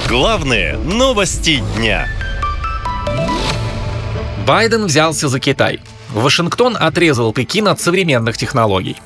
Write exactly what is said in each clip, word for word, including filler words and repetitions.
Главные новости дня. Байден взялся за Китай. Вашингтон отрезал Пекин от современных технологий.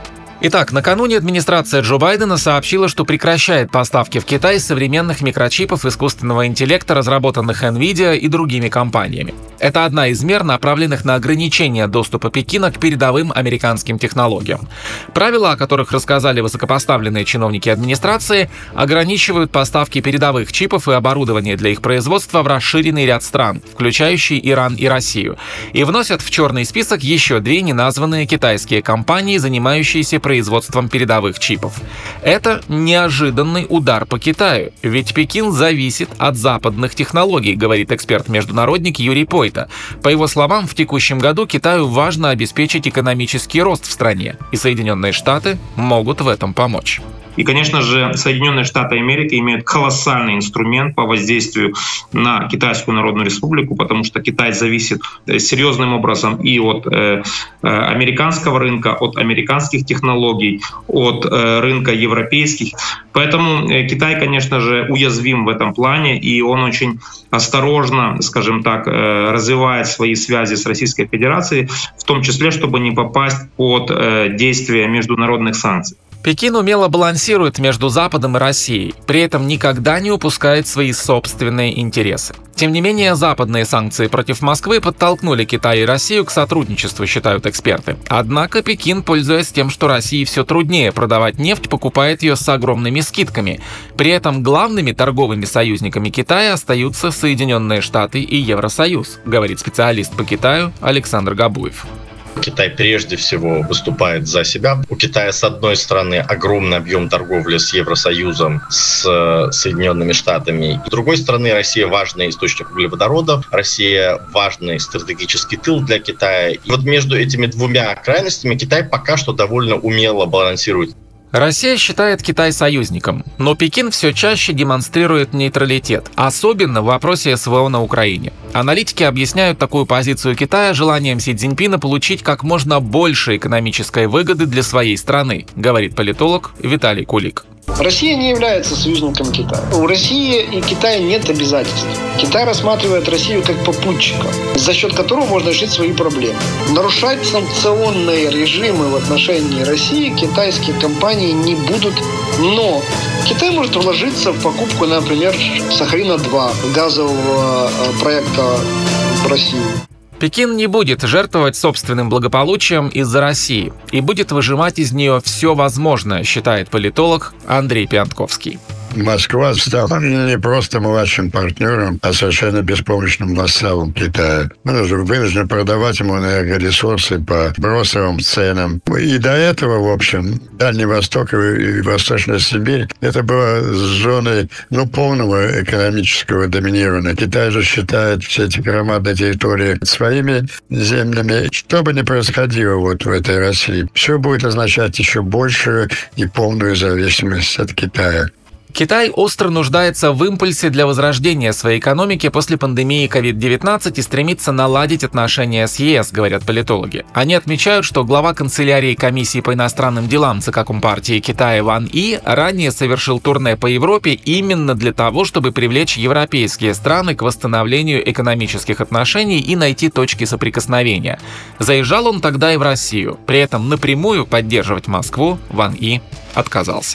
Итак, накануне администрация Джо Байдена сообщила, что прекращает поставки в Китай современных микрочипов искусственного интеллекта, разработанных NVIDIA и другими компаниями. Это одна из мер, направленных на ограничение доступа Пекина к передовым американским технологиям. Правила, о которых рассказали высокопоставленные чиновники администрации, ограничивают поставки передовых чипов и оборудования для их производства в расширенный ряд стран, включающий Иран и Россию, и вносят в черный список еще две неназванные китайские компании, занимающиеся производством передовых чипов. Это неожиданный удар по Китаю, ведь Пекин зависит от западных технологий, говорит эксперт-международник Юрий Пойто. По его словам, в текущем году Китаю важно обеспечить экономический рост в стране, и Соединенные Штаты могут в этом помочь. И, конечно же, Соединенные Штаты Америки имеют колоссальный инструмент по воздействию на Китайскую Народную Республику, потому что Китай зависит серьезным образом и от э, американского рынка, от американских технологий, от э, рынка европейских. Поэтому э, Китай, конечно же, уязвим в этом плане, и он очень осторожно, скажем так, э, развивает свои связи с Российской Федерацией, в том числе, чтобы не попасть под э, действие международных санкций. Пекин умело балансирует между Западом и Россией, при этом никогда не упускает свои собственные интересы. Тем не менее, западные санкции против Москвы подтолкнули Китай и Россию к сотрудничеству, считают эксперты. Однако Пекин, пользуясь тем, что России все труднее продавать нефть, покупает ее с огромными скидками. При этом главными торговыми союзниками Китая остаются Соединенные Штаты и Евросоюз, говорит специалист по Китаю Александр Габуев. Китай прежде всего выступает за себя. У Китая, с одной стороны, огромный объем торговли с Евросоюзом, с Соединенными Штатами. С другой стороны, Россия важный источник углеводородов, Россия важный стратегический тыл для Китая. И вот между этими двумя крайностями Китай пока что довольно умело балансирует. Россия считает Китай союзником, но Пекин все чаще демонстрирует нейтралитет, особенно в вопросе СВО на Украине. Аналитики объясняют такую позицию Китая желанием Си Цзиньпина получить как можно больше экономической выгоды для своей страны, говорит политолог Виталий Кулик. Россия не является союзником Китая. У России и Китая нет обязательств. Китай рассматривает Россию как попутчика, за счет которого можно решить свои проблемы. Нарушать санкционные режимы в отношении России китайские компании не будут, но Китай может вложиться в покупку, например, Сахалина-два, газового проекта в России. Пекин не будет жертвовать собственным благополучием из-за России и будет выжимать из нее все возможное, считает политолог Андрей Пиантковский. Москва стала не просто младшим партнером, а совершенно беспомощным вассалом Китая. Мы же вынуждены продавать ему энергоресурсы по бросовым ценам. И до этого, в общем, Дальний Восток и Восточная Сибирь — это была зоной ну, полного экономического доминирования. Китай же считает все эти громадные территории своими землями. Что бы ни происходило вот в этой России, все будет означать еще большую и полную зависимость от Китая. Китай остро нуждается в импульсе для возрождения своей экономики после пандемии ковид девятнадцать и стремится наладить отношения с ЕС, говорят политологи. Они отмечают, что глава канцелярии комиссии по иностранным делам ЦК Компартии Китая Ван И ранее совершил турне по Европе именно для того, чтобы привлечь европейские страны к восстановлению экономических отношений и найти точки соприкосновения. Заезжал он тогда и в Россию. При этом напрямую поддерживать Москву Ван И отказался.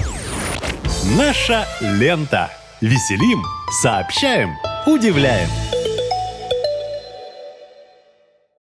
Наша лента. Веселим, сообщаем, удивляем.